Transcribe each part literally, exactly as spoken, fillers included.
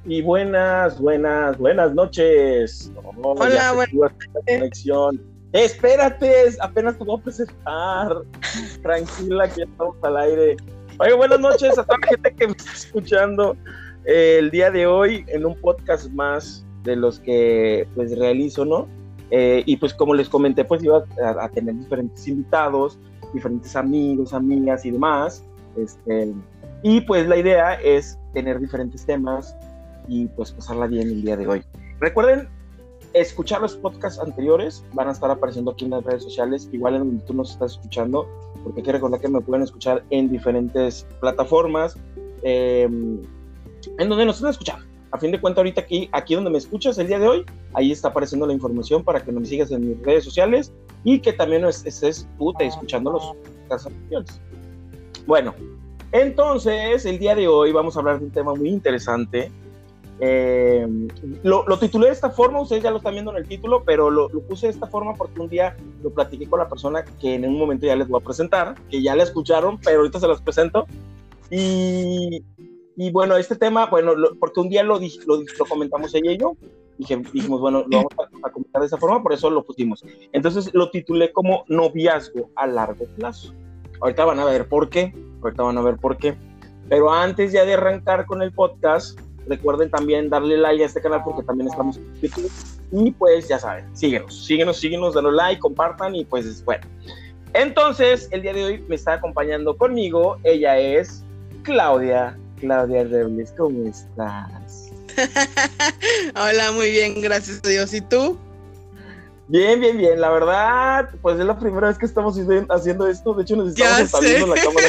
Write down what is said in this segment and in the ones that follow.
y buenas, buenas, buenas noches. Oh, Hola, buenas noches. Espérate, apenas te voy a presentar. Tranquila, que ya estamos al aire. Oye, buenas noches a toda la gente que me está escuchando eh, el día de hoy en un podcast más de los que pues realizo, ¿no? Eh, y pues como les comenté, pues iba a, a tener diferentes invitados, diferentes amigos, amigas y demás. Este, y pues la idea es tener diferentes temas y pues pasarla bien el día de hoy. Recuerden escuchar los podcasts anteriores, van a estar apareciendo aquí en las redes sociales, igual en donde tú nos estás escuchando, porque hay que recordar que me pueden escuchar en diferentes plataformas, eh, en donde nos están escuchando. A fin de cuentas, ahorita aquí, aquí donde me escuchas el día de hoy, ahí está apareciendo la información para que me sigas en mis redes sociales y que también estés tú te escuchando los podcasts anteriores. Bueno, entonces el día de hoy vamos a hablar de un tema muy interesante. Eh, lo, lo titulé de esta forma, ustedes ya lo están viendo en el título, pero lo, lo puse de esta forma porque un día lo platiqué con la persona que en un momento ya les voy a presentar, que ya la escucharon, pero ahorita se las presento. Y, y bueno, este tema, bueno, lo, porque un día lo, lo, lo comentamos ella y yo, dije, dijimos, bueno, lo vamos a, a comentar de esa forma, por eso lo pusimos. Entonces lo titulé como noviazgo a largo plazo. Ahorita van a ver por qué, ahorita van a ver por qué. Pero antes ya de arrancar con el podcast, recuerden también darle like a este canal porque también estamos en YouTube. Y pues ya saben, síguenos, síguenos, síguenos, denle like, compartan y pues bueno. Entonces, el día de hoy me está acompañando conmigo, ella es Claudia, Claudia Robles, ¿cómo estás? Hola, muy bien, gracias a Dios. ¿Y tú? Bien, bien, bien, la verdad, pues es la primera vez que estamos haciendo esto, de hecho nos estamos hasta viendo la cámara.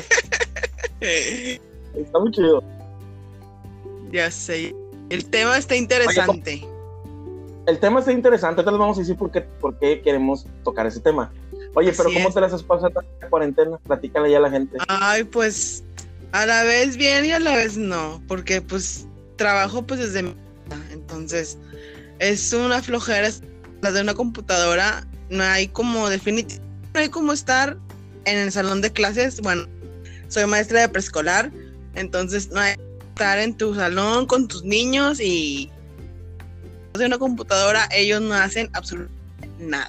Está muy chido. Ya sé, el tema está interesante. Oye, el tema está interesante, ahorita les vamos a decir por qué, por qué queremos tocar ese tema. Oye, Así pero ¿cómo es. te las has pasado en la cuarentena? Platícale ya a la gente. Ay, pues, a la vez bien y a la vez no, porque pues trabajo pues desde mi casa, entonces es una flojera la de una computadora, no hay como definitivamente, no hay como estar en el salón de clases. Bueno, soy maestra de preescolar, entonces no hay estar en tu salón con tus niños y de una computadora ellos no hacen absolutamente nada.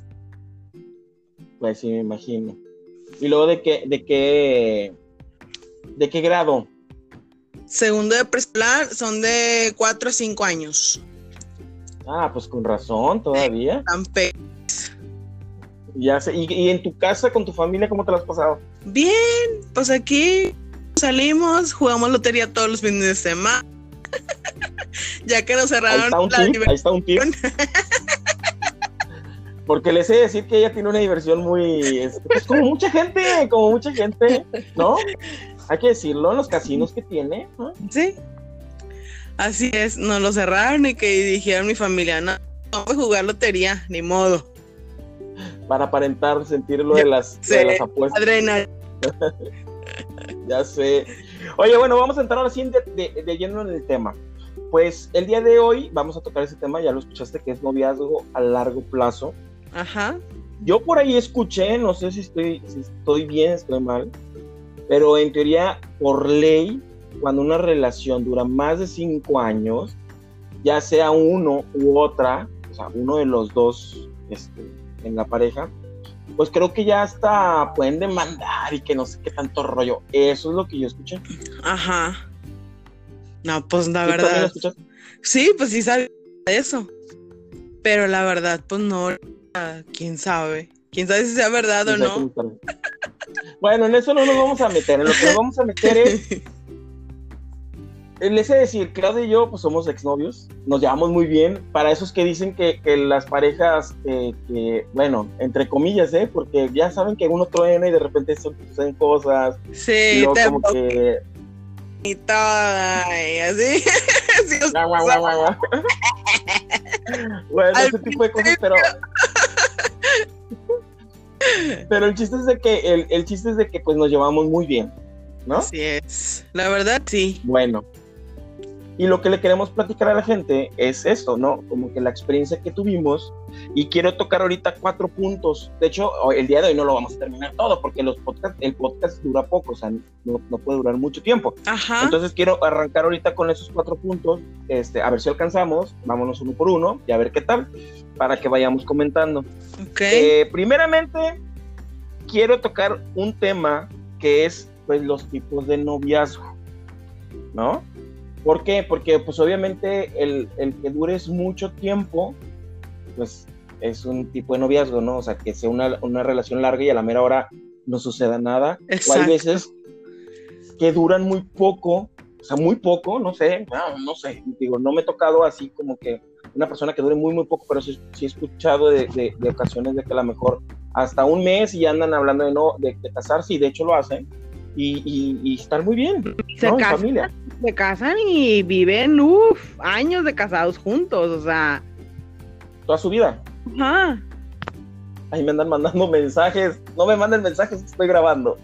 Pues sí, me imagino. ¿Y luego de qué, de qué, de qué grado? Segundo de preescolar, son de cuatro a cinco años. Ah, pues con razón, todavía. Tan pe- Ya sé. ¿Y, y en tu casa, con tu familia, cómo te lo has pasado? Bien, pues aquí salimos, jugamos lotería todos los fines de semana. Ya que nos cerraron ahí está un la tip, diversión. ahí está un tip. Porque les he de decir que ella tiene una diversión muy, este, pues como mucha gente, como mucha gente, ¿no? Hay que decirlo, en los casinos que tiene, ¿no? Sí, así es, nos lo cerraron y que dijeron mi familia, no, no voy a jugar lotería, ni modo. Para aparentar, sentir lo de las, Sí, de las apuestas. adrenalina. Ya sé. Oye, bueno, vamos a entrar ahora sí de, de, de lleno en el tema. Pues el día de hoy vamos a tocar ese tema, ya lo escuchaste, que es noviazgo a largo plazo. Ajá. Yo por ahí escuché, no sé si estoy, si estoy bien, estoy mal, pero en teoría, por ley, cuando una relación dura más de cinco años, ya sea uno u otra, o sea, uno de los dos este, en la pareja, pues creo que ya hasta pueden demandar y que no sé qué tanto rollo. Eso es lo que yo escuché. Ajá. No, pues la ¿Tú verdad. también lo escuchas? Sí, pues sí sabía eso. Pero la verdad, pues no. ¿Quién sabe? ¿Quién sabe si sea verdad o no? Bueno, en eso no nos vamos a meter. En lo que nos vamos a meter es... Les he de decir, Claudia y yo pues somos exnovios, nos llevamos muy bien. Para esos que dicen que, que las parejas, eh, que, bueno, entre comillas, ¿eh? Porque ya saben que uno truena y de repente suceden cosas. Sí, y luego te como que... y toda, y así. Sí, o sea, Guau, guau, guau, guau. Bueno, ese tipo de cosas, pero... Pero el chiste es de que, el, el chiste es de que pues nos llevamos muy bien, ¿no? Así es. La verdad, sí. Bueno. Y lo que le queremos platicar a la gente es esto, ¿no? Como que la experiencia que tuvimos, y quiero tocar ahorita cuatro puntos. De hecho, el día de hoy no lo vamos a terminar todo, porque los podcast, el podcast dura poco, o sea, no, no puede durar mucho tiempo. Ajá. Entonces quiero arrancar ahorita con esos cuatro puntos, este, a ver si alcanzamos, vámonos uno por uno, y a ver qué tal, para que vayamos comentando. Ok. Eh, primeramente, quiero tocar un tema que es, pues, los tipos de noviazgo, ¿no? ¿Por qué? Porque pues obviamente el, el que dures mucho tiempo, pues es un tipo de noviazgo, ¿no? O sea, que sea una, una relación larga y a la mera hora no suceda nada. Exacto. O hay veces que duran muy poco, o sea, muy poco, no sé, no, no sé, digo, no me he tocado así como que una persona que dure muy, muy poco, pero sí, sí he escuchado de, de, de ocasiones de que a lo mejor hasta un mes y andan hablando de, no, de, de casarse, y de hecho lo hacen. Y, y, y estar muy bien, se ¿no? casan, En familia. Se casan y viven, uff, años de casados juntos, o sea. Toda su vida. Ajá. Ahí me andan mandando mensajes. No me manden mensajes, estoy grabando.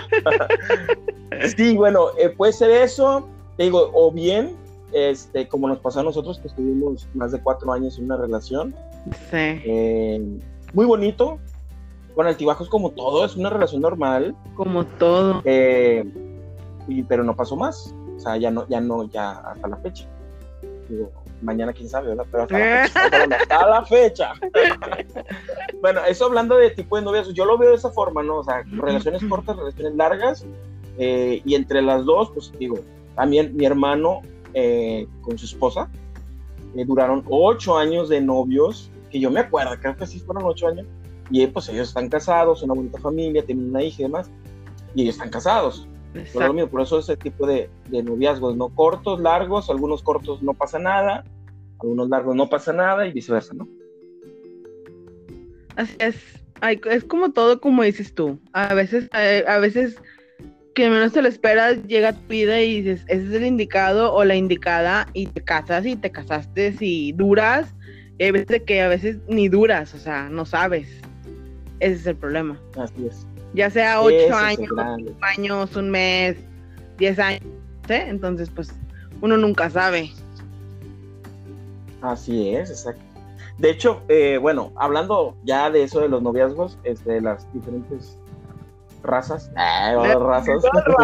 Sí, bueno, eh, puede ser eso. Te digo, o bien, este, como nos pasó a nosotros, que estuvimos más de cuatro años en una relación. Sí. Eh, muy bonito. Con altibajos como todo, es una relación normal. Como todo. Eh, y, pero no pasó más. O sea, ya no, ya no, ya hasta la fecha. Digo, mañana quién sabe, ¿verdad? Pero hasta la fecha. Hasta la fecha. Bueno, eso hablando de tipo de noviazgo, yo lo veo de esa forma, ¿no? O sea, relaciones cortas, relaciones largas. Eh, y entre las dos, pues digo, también mi hermano eh, con su esposa eh, duraron ocho años de novios, que yo me acuerdo, creo que sí fueron ocho años. Y pues ellos están casados, una bonita familia, tienen una hija y demás, y ellos están casados. Por, lo mismo, por eso ese tipo de, de noviazgos, no cortos, largos, algunos cortos no pasa nada, algunos largos no pasa nada y viceversa, ¿no? Así es. Ay, es como todo, como dices tú. A veces, a, a veces que menos te lo esperas, llega tu vida y dices, ese es el indicado o la indicada, y te casas y te casaste y duras. Y hay veces que a veces ni duras, o sea, no sabes. Ese es el problema. Así es. Ya sea ocho Ese años, cinco años, un mes, diez años, ¿sí? Entonces, pues, uno nunca sabe. Así es, exacto. De hecho, eh, bueno, hablando ya de eso de los noviazgos, este, de las diferentes razas, eh, razas,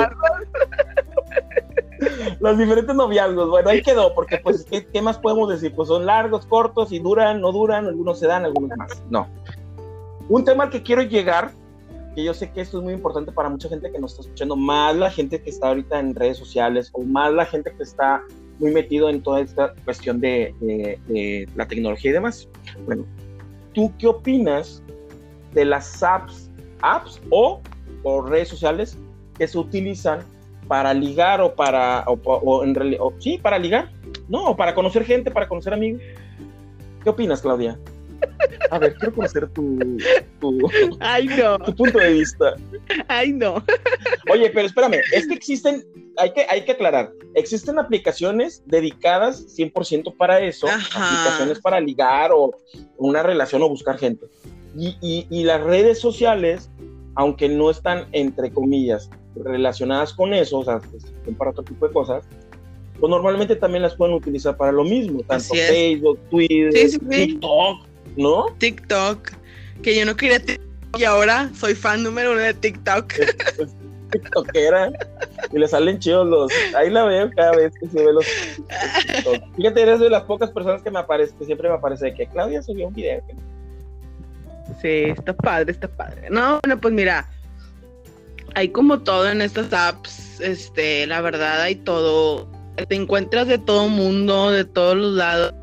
los diferentes noviazgos, bueno, ahí quedó, porque pues, ¿qué, ¿qué más podemos decir? Pues son largos, cortos, y duran, no duran, algunos se dan, algunos más, no. Un tema al que quiero llegar, que yo sé que esto es muy importante para mucha gente que nos está escuchando, más la gente que está ahorita en redes sociales, o más la gente que está muy metido en toda esta cuestión de, de, de la tecnología y demás. Bueno, ¿tú qué opinas de las apps, apps o, o redes sociales que se utilizan para ligar o para, o, o en realidad, o, sí, para ligar, no, o para conocer gente, para conocer amigos? ¿Qué opinas, Claudia? A ver, quiero conocer tu, tu, Ay, no. tu punto de vista. Ay, no. Oye, pero espérame, es que existen, hay que, hay que aclarar, existen aplicaciones dedicadas cien por ciento para eso, Ajá. aplicaciones para ligar o una relación o buscar gente. Y, y, y las redes sociales, aunque no están, entre comillas, relacionadas con eso, o sea, pues, son para otro tipo de cosas, pues normalmente también las pueden utilizar para lo mismo, tanto Así es. Facebook, Twitter, Sí, sí, sí. TikTok, ¿no? TikTok, que yo no quería TikTok y ahora soy fan número uno de TikTok. Es tiktokera y le salen chidos los, ahí la veo cada vez que se ve los, los TikTok. Fíjate, eres de las pocas personas que me aparece, que siempre me aparece de que Claudia subió un video. Sí, está padre, está padre. No, bueno, pues mira, hay como todo en estas apps, este, la verdad hay todo, te encuentras de todo mundo, de todos los lados,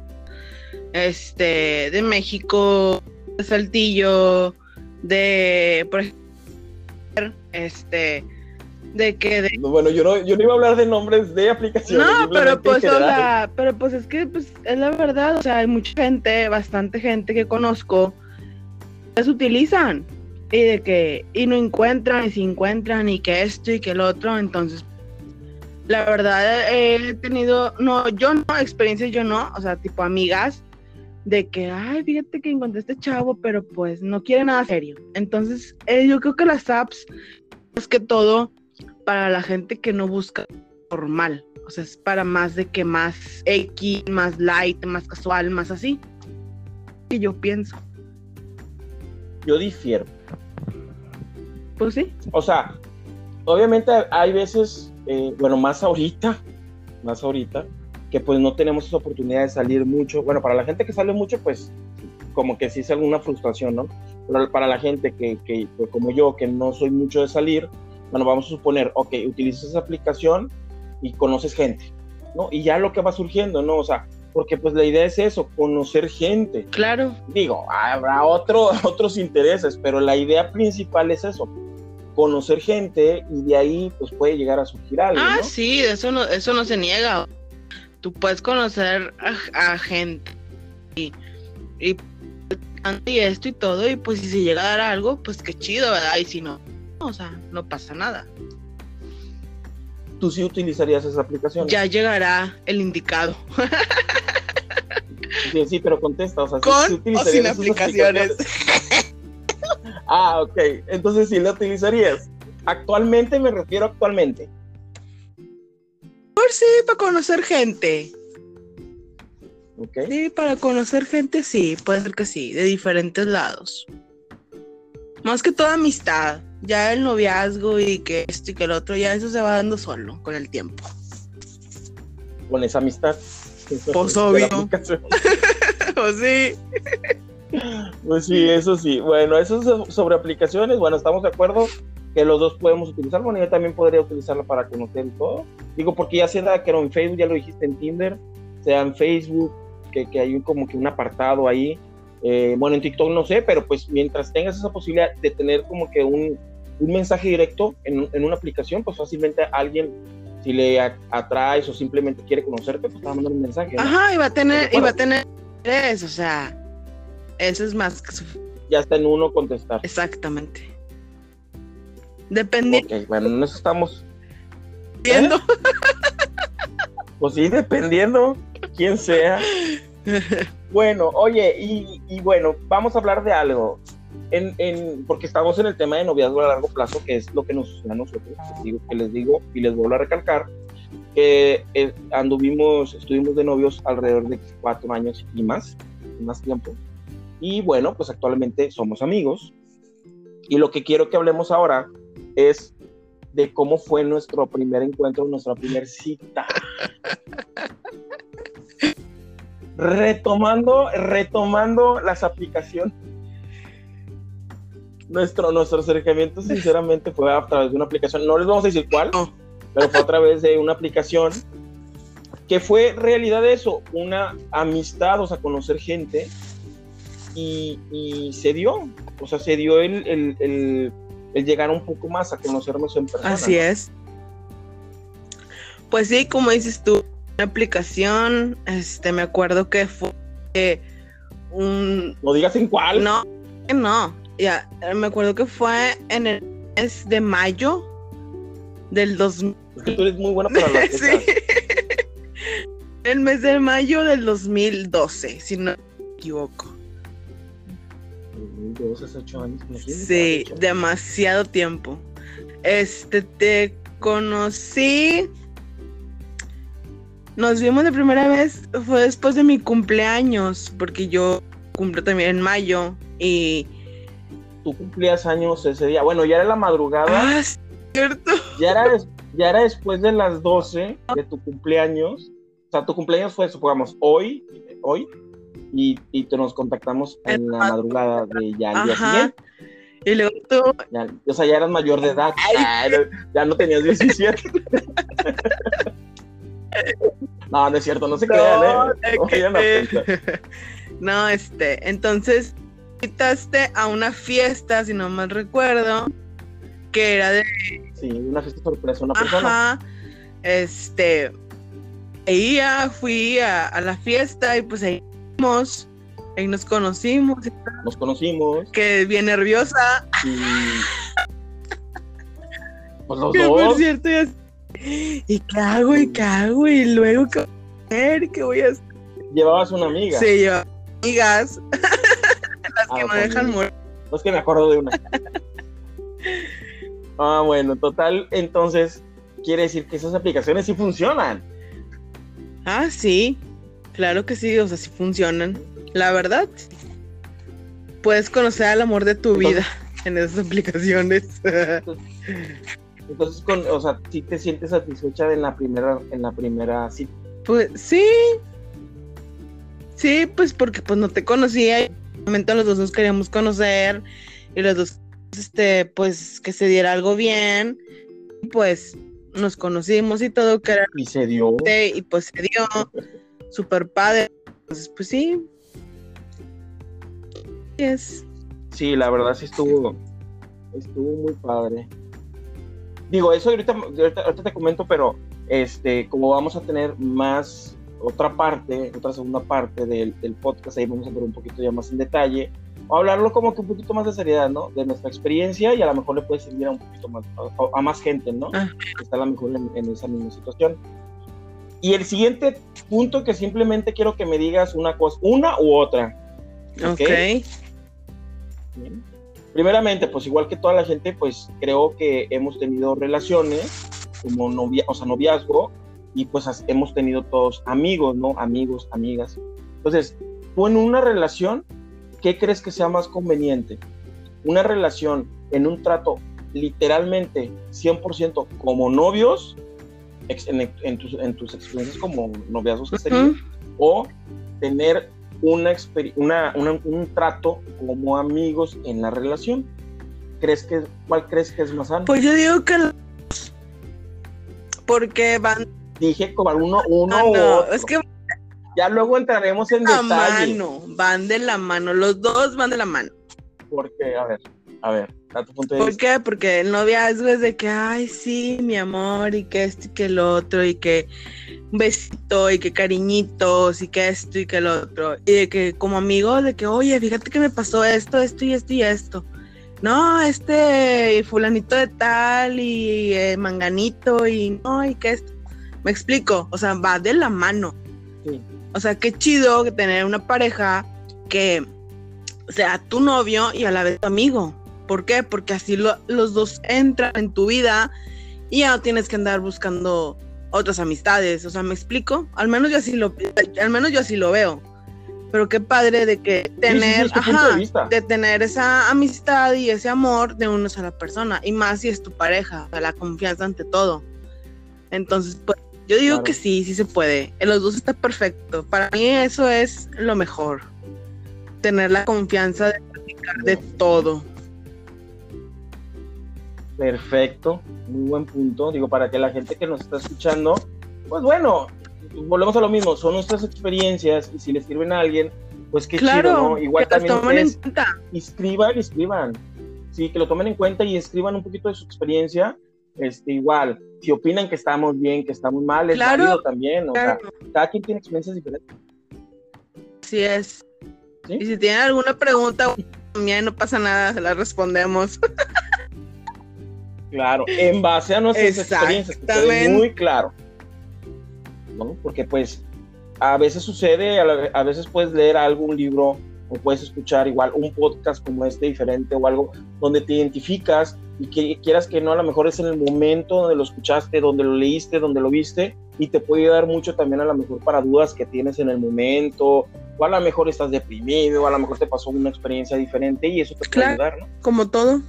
este, de México, de Saltillo, de, por ejemplo, este, de que de... Bueno, yo no, yo no iba a hablar de nombres de aplicaciones. No, pero pues, en o general. sea, pero pues es que, pues, es la verdad, o sea, hay mucha gente, bastante gente que conozco, las utilizan, y de que, y no encuentran, y si encuentran, y que esto, y que el otro, entonces, la verdad, he tenido, no, yo no, experiencias yo no, o sea, tipo amigas, de que, ay, fíjate que encontré este chavo, pero pues no quiere nada serio, entonces, eh, yo creo que las apps, más que todo, para la gente que no busca normal. O sea, es para más de que más X, más light, más casual, más así. Que yo pienso. Yo difiero. Pues sí. O sea, obviamente hay veces, eh, bueno, más ahorita, más ahorita, que pues no tenemos esa oportunidad de salir mucho. Bueno, para la gente que sale mucho, pues como que sí es alguna frustración, ¿no? Pero para la gente que, que pues, como yo, que no soy mucho de salir, bueno, vamos a suponer, ok, utilizas esa aplicación y conoces gente, ¿no? Y ya lo que va surgiendo, ¿no? O sea, porque pues la idea es eso, conocer gente. Claro. Digo, habrá otro, otros intereses, pero la idea principal es eso, conocer gente, y de ahí pues puede llegar a surgir algo, Ah, ¿no? sí, eso no, eso no se niega. Tú puedes conocer a, a gente y, y, y esto y todo, y pues si se llega a dar algo, pues qué chido, ¿verdad? Y si no, o sea, no pasa nada. ¿Tú sí utilizarías esa aplicación? Ya llegará el indicado. Sí, sí, pero contesta, o sea, ¿con ¿sí, sí o sin esas aplicaciones? Ah, ok, entonces sí la utilizarías. Actualmente, me refiero actualmente. Por sí, para conocer gente. Ok. Sí, para conocer gente sí, puede ser que sí, de diferentes lados. Más que toda amistad. Ya el noviazgo y que esto y que el otro, ya eso se va dando solo con el tiempo. Con esa amistad. Pues De la obvio. aplicación. O sí. Pues sí, eso sí. Bueno, eso es sobre aplicaciones. Bueno, estamos de acuerdo que los dos podemos utilizar. Bueno, yo también podría utilizarla para conocer y todo. Digo, porque ya sea que era en Facebook, ya lo dijiste, en Tinder, sea en Facebook, que, que hay como que un apartado ahí. Eh, bueno, en TikTok no sé, pero pues mientras tengas esa posibilidad de tener como que un, un mensaje directo en, en una aplicación, pues fácilmente a alguien, si le a, atraes o simplemente quiere conocerte, pues te va a mandar un mensaje, ¿no? Ajá, y va a tener, y va a tener interés, o sea, eso es más que suficiente. Ya está en uno contestar. Exactamente. Dependiendo. Ok, bueno, en eso estamos. ¿Eh? Pues sí, dependiendo quién sea. Bueno, oye, y, y bueno, vamos a hablar de algo. En, en, porque estamos en el tema de noviazgo a largo plazo, que es lo que nos sucede a nosotros. Les digo, que les digo y les vuelvo a recalcar que eh, anduvimos, estuvimos de novios alrededor de cuatro años y más, y más tiempo. Y bueno, pues actualmente somos amigos. Y lo que quiero que hablemos ahora es de cómo fue nuestro primer encuentro, nuestra primera cita. Retomando, retomando las aplicaciones. Nuestro, nuestro acercamiento sinceramente fue a través de una aplicación, no les vamos a decir cuál, Oh. pero fue a través de una aplicación que fue en realidad eso, una amistad, o sea, conocer gente, y, y se dio, o sea, se dio el, el, el, el llegar un poco más a conocernos en persona. Así ¿no? es. Pues sí, como dices tú, una aplicación, este, me acuerdo que fue eh, un... No digas en cuál. No, no, ya, me acuerdo que fue en el mes de mayo del dos mil. Es que tú eres muy buena para las fechas. Sí. El mes de mayo del dos mil doce, si no me equivoco. dos mil doce, hace ocho años. Sí, demasiado tiempo. Este, te conocí. Nos vimos de primera vez, fue después de mi cumpleaños, porque yo cumplo también en mayo y... Tú cumplías años ese día. Bueno, ya era la madrugada. Ah, cierto. Ya era, des- ya era después de las doce de tu cumpleaños. O sea, tu cumpleaños fue, supongamos, hoy, hoy, y, y te nos contactamos en la madrugada de ya el día Ajá. siguiente. Y luego tú... Ya, o sea, ya eras mayor de edad. Ay. Ah, no, ya no tenías diecisiete. No, no es cierto, no se crean, ¿eh? No vayan a pensar. No, este, entonces invitaste a una fiesta, si no mal recuerdo, que era de... Sí, una fiesta sorpresa, una persona. Ajá, este, ahí ya fui a, a la fiesta y pues ahí fuimos, ahí nos conocimos, Nos conocimos que bien nerviosa, y... Pues los que por dos. cierto ya... ¿Y qué hago? ¿Y qué hago? Y luego, ¿qué voy a hacer? ¿Qué voy a hacer? Llevabas una amiga. Sí, yo, amigas, las Ah, que no también. dejan morir. No es que me acuerdo de una. Ah, bueno, total, entonces quiere decir que esas aplicaciones sí funcionan. Ah, sí, claro que sí, o sea, sí funcionan. La verdad, puedes conocer al amor de tu Entonces, vida en esas aplicaciones. Entonces, con, o sea, sí te sientes satisfecha en la primera, en la primera cita. Pues sí, sí, pues porque pues no te conocía y en ese momento los dos nos queríamos conocer y los dos, este, pues que se diera algo bien, y pues nos conocimos y todo, que era Y se dio. y pues se dio, súper padre, entonces pues sí, es. Sí, la verdad sí estuvo, estuvo muy padre. Digo, eso ahorita, ahorita, ahorita te comento, pero este, como vamos a tener más otra parte, otra segunda parte del, del podcast, ahí vamos a ver un poquito ya más en detalle, o hablarlo como que un poquito más de seriedad, ¿no? De nuestra experiencia, y a lo mejor le puede servir a un poquito más, a, a más gente, ¿no? Ah. Que está a lo mejor en, en esa misma situación. Y el siguiente punto que simplemente quiero que me digas una cosa, una u otra. Ok. Okay. Bien. Primeramente, pues igual que toda la gente, pues creo que hemos tenido relaciones como novia, o sea, noviazgo, y pues has, hemos tenido todos amigos, ¿no? Amigos, amigas. Entonces, tú en una relación, ¿qué crees que sea más conveniente? ¿Una relación en un trato literalmente cien por ciento como novios, en, en, tus, en tus experiencias como noviazgos que has tenido, uh-huh. o tener Una, una, una, un trato como amigos en la relación? ¿Crees que, ¿Cuál crees que es más sano? Pues yo digo que porque van dije como uno, uno ah, u no, otro. Es que ya luego entraremos en la detalle. Mano, van de la mano, los dos van de la mano. Porque, a ver, a ver, a tu punto de ¿Por vista. qué? Porque el noviazgo es de que, ay, sí, mi amor, y que esto y que el otro, y que un besito, y que cariñitos, y que esto y que el otro. Y de que como amigos, de que, oye, fíjate que me pasó esto, esto y esto y esto. No, este fulanito de tal, y eh, manganito, y no, y que esto. Me explico, o sea, va de la mano. Sí. O sea, qué chido que tener una pareja que sea tu novio y a la vez tu amigo. ¿Por qué? Porque así lo, los dos entran en tu vida y ya no tienes que andar buscando otras amistades. O sea, ¿me explico? Al menos yo así lo, al menos yo así lo veo. Pero qué padre de que tener, sí, sí, ajá, de, de tener esa amistad y ese amor de una sola persona. Y más si es tu pareja, o sea, la confianza ante todo. Entonces, pues, yo digo claro. que sí, sí se puede. En los dos está perfecto. Para mí eso es lo mejor. Tener la confianza de platicar de todo. Perfecto, muy buen punto. Digo, para que la gente que nos está escuchando, pues bueno, volvemos a lo mismo, son nuestras experiencias y si les sirven a alguien, pues qué claro, chido, ¿no? Igual que también ustedes en escriban, escriban, sí, que lo tomen en cuenta y escriban un poquito de su experiencia. Este, igual, si opinan que estamos bien, que estamos mal, es claro, válido también, o claro. sea, cada quien tiene experiencias diferentes. Así es. ¿Sí? Y si tienen alguna pregunta, también no pasa nada, se la respondemos. Claro, en base a nuestras experiencias, que quede muy claro, ¿no? Porque pues a veces sucede, a, la, a veces puedes leer algún libro o puedes escuchar igual un podcast como este diferente o algo donde te identificas y que quieras que no, a lo mejor es en el momento donde lo escuchaste, donde lo leíste, donde lo viste y te puede ayudar mucho también a lo mejor para dudas que tienes en el momento o a lo mejor estás deprimido o a lo mejor te pasó una experiencia diferente y eso te puede claro, ayudar, ¿no? Como todo.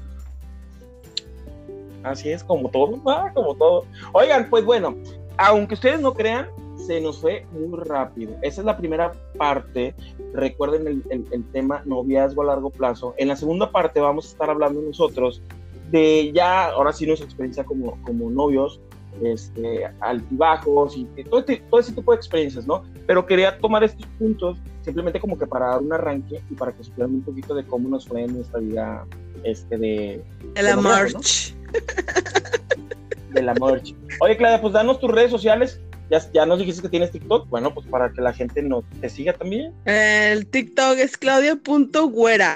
Así es, como todo, ah, como todo. Oigan, pues bueno, aunque ustedes no crean, se nos fue muy rápido. Esa es la primera parte. Recuerden el, el, el tema noviazgo a largo plazo. En la segunda parte vamos a estar hablando nosotros de ya, ahora sí, nuestra experiencia como, como novios, este, altibajos y todo, este, todo ese tipo de experiencias, ¿no? Pero quería tomar estos puntos simplemente como que para dar un arranque y para que supieran un poquito de cómo nos fue en nuestra vida este, de... El de amor. ¿No? De la merch. Oye, Claudia, pues danos tus redes sociales. Ya, ya nos dijiste que tienes TikTok. Bueno, pues para que la gente no te siga también. El TikTok es claudia punto güera.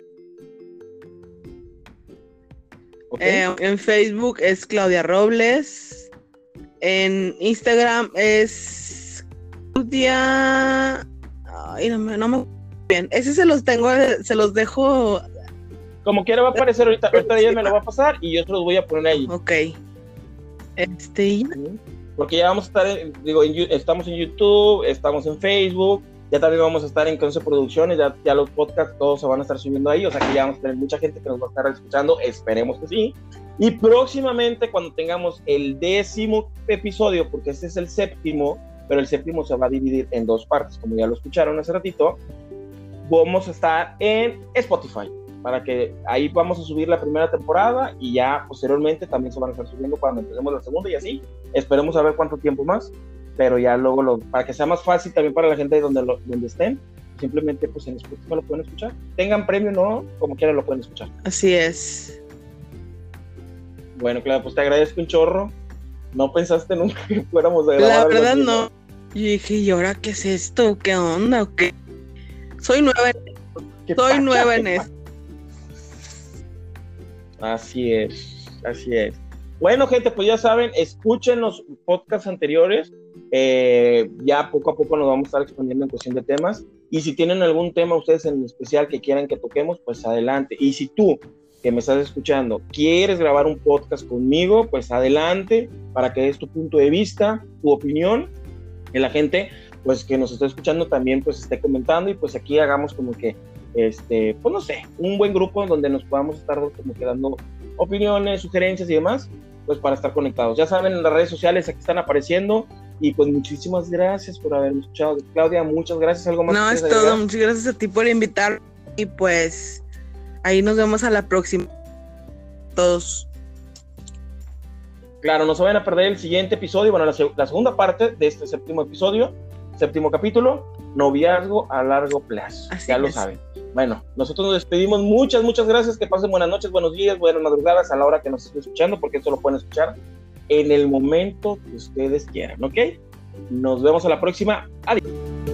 Okay. Eh, en Facebook es Claudia Robles. En Instagram es Claudia. Ay, no me, no me bien. Ese se los tengo, se los dejo. Como quiera va a aparecer ahorita, ahorita ella me lo va a pasar y yo se los voy a poner ahí. Ok. Este, porque ya vamos a estar, en, digo, en, estamos en YouTube, estamos en Facebook, ya también vamos a estar en Conce Producciones, ya, ya los podcasts todos se van a estar subiendo ahí, o sea que ya vamos a tener mucha gente que nos va a estar escuchando, esperemos que sí. Y próximamente, cuando tengamos el décimo episodio, porque este es el séptimo, pero el séptimo se va a dividir en dos partes, como ya lo escucharon hace ratito, vamos a estar en Spotify, para que ahí vamos a subir la primera temporada y ya posteriormente también se van a estar subiendo cuando empecemos la segunda y así, esperemos a ver cuánto tiempo más, pero ya luego, lo, para que sea más fácil también para la gente donde, lo, donde estén, simplemente pues en Spotify lo pueden escuchar, tengan premio o no, como quieran lo pueden escuchar. Así es. Bueno, claro, pues te agradezco un chorro. No pensaste nunca que fuéramos a grabar. La verdad no. Yo dije, ¿y ahora qué es esto? ¿Qué onda? ¿O qué? Soy nueva en esto. Soy pasa? nueva en esto. Así es, así es. Bueno, gente, pues ya saben, escuchen los podcasts anteriores. Eh, ya poco a poco nos vamos a estar expandiendo en cuestión de temas. Y si tienen algún tema ustedes en especial que quieran que toquemos, pues adelante. Y si tú, que me estás escuchando, quieres grabar un podcast conmigo, pues adelante, para que des tu punto de vista, tu opinión, y la gente, pues que nos está escuchando también, pues esté comentando, y pues aquí hagamos como que, este, pues no sé, un buen grupo donde nos podamos estar como que dando opiniones, sugerencias y demás, pues para estar conectados. Ya saben, en las redes sociales aquí están apareciendo, y pues muchísimas gracias por haberme escuchado. Claudia, muchas gracias. ¿Algo más? No, es todo, agregar? Muchas gracias a ti por invitarme, y pues ahí nos vemos a la próxima. Todos. Claro, no se vayan a perder el siguiente episodio, bueno, la, la segunda parte de este séptimo episodio, séptimo capítulo, noviazgo a largo plazo. Así ya es. Lo saben. Bueno, nosotros nos despedimos. Muchas, muchas gracias. Que pasen buenas noches, buenos días, buenas madrugadas a la hora que nos estén escuchando, porque esto lo pueden escuchar en el momento que ustedes quieran, ¿ok? Nos vemos a la próxima. Adiós.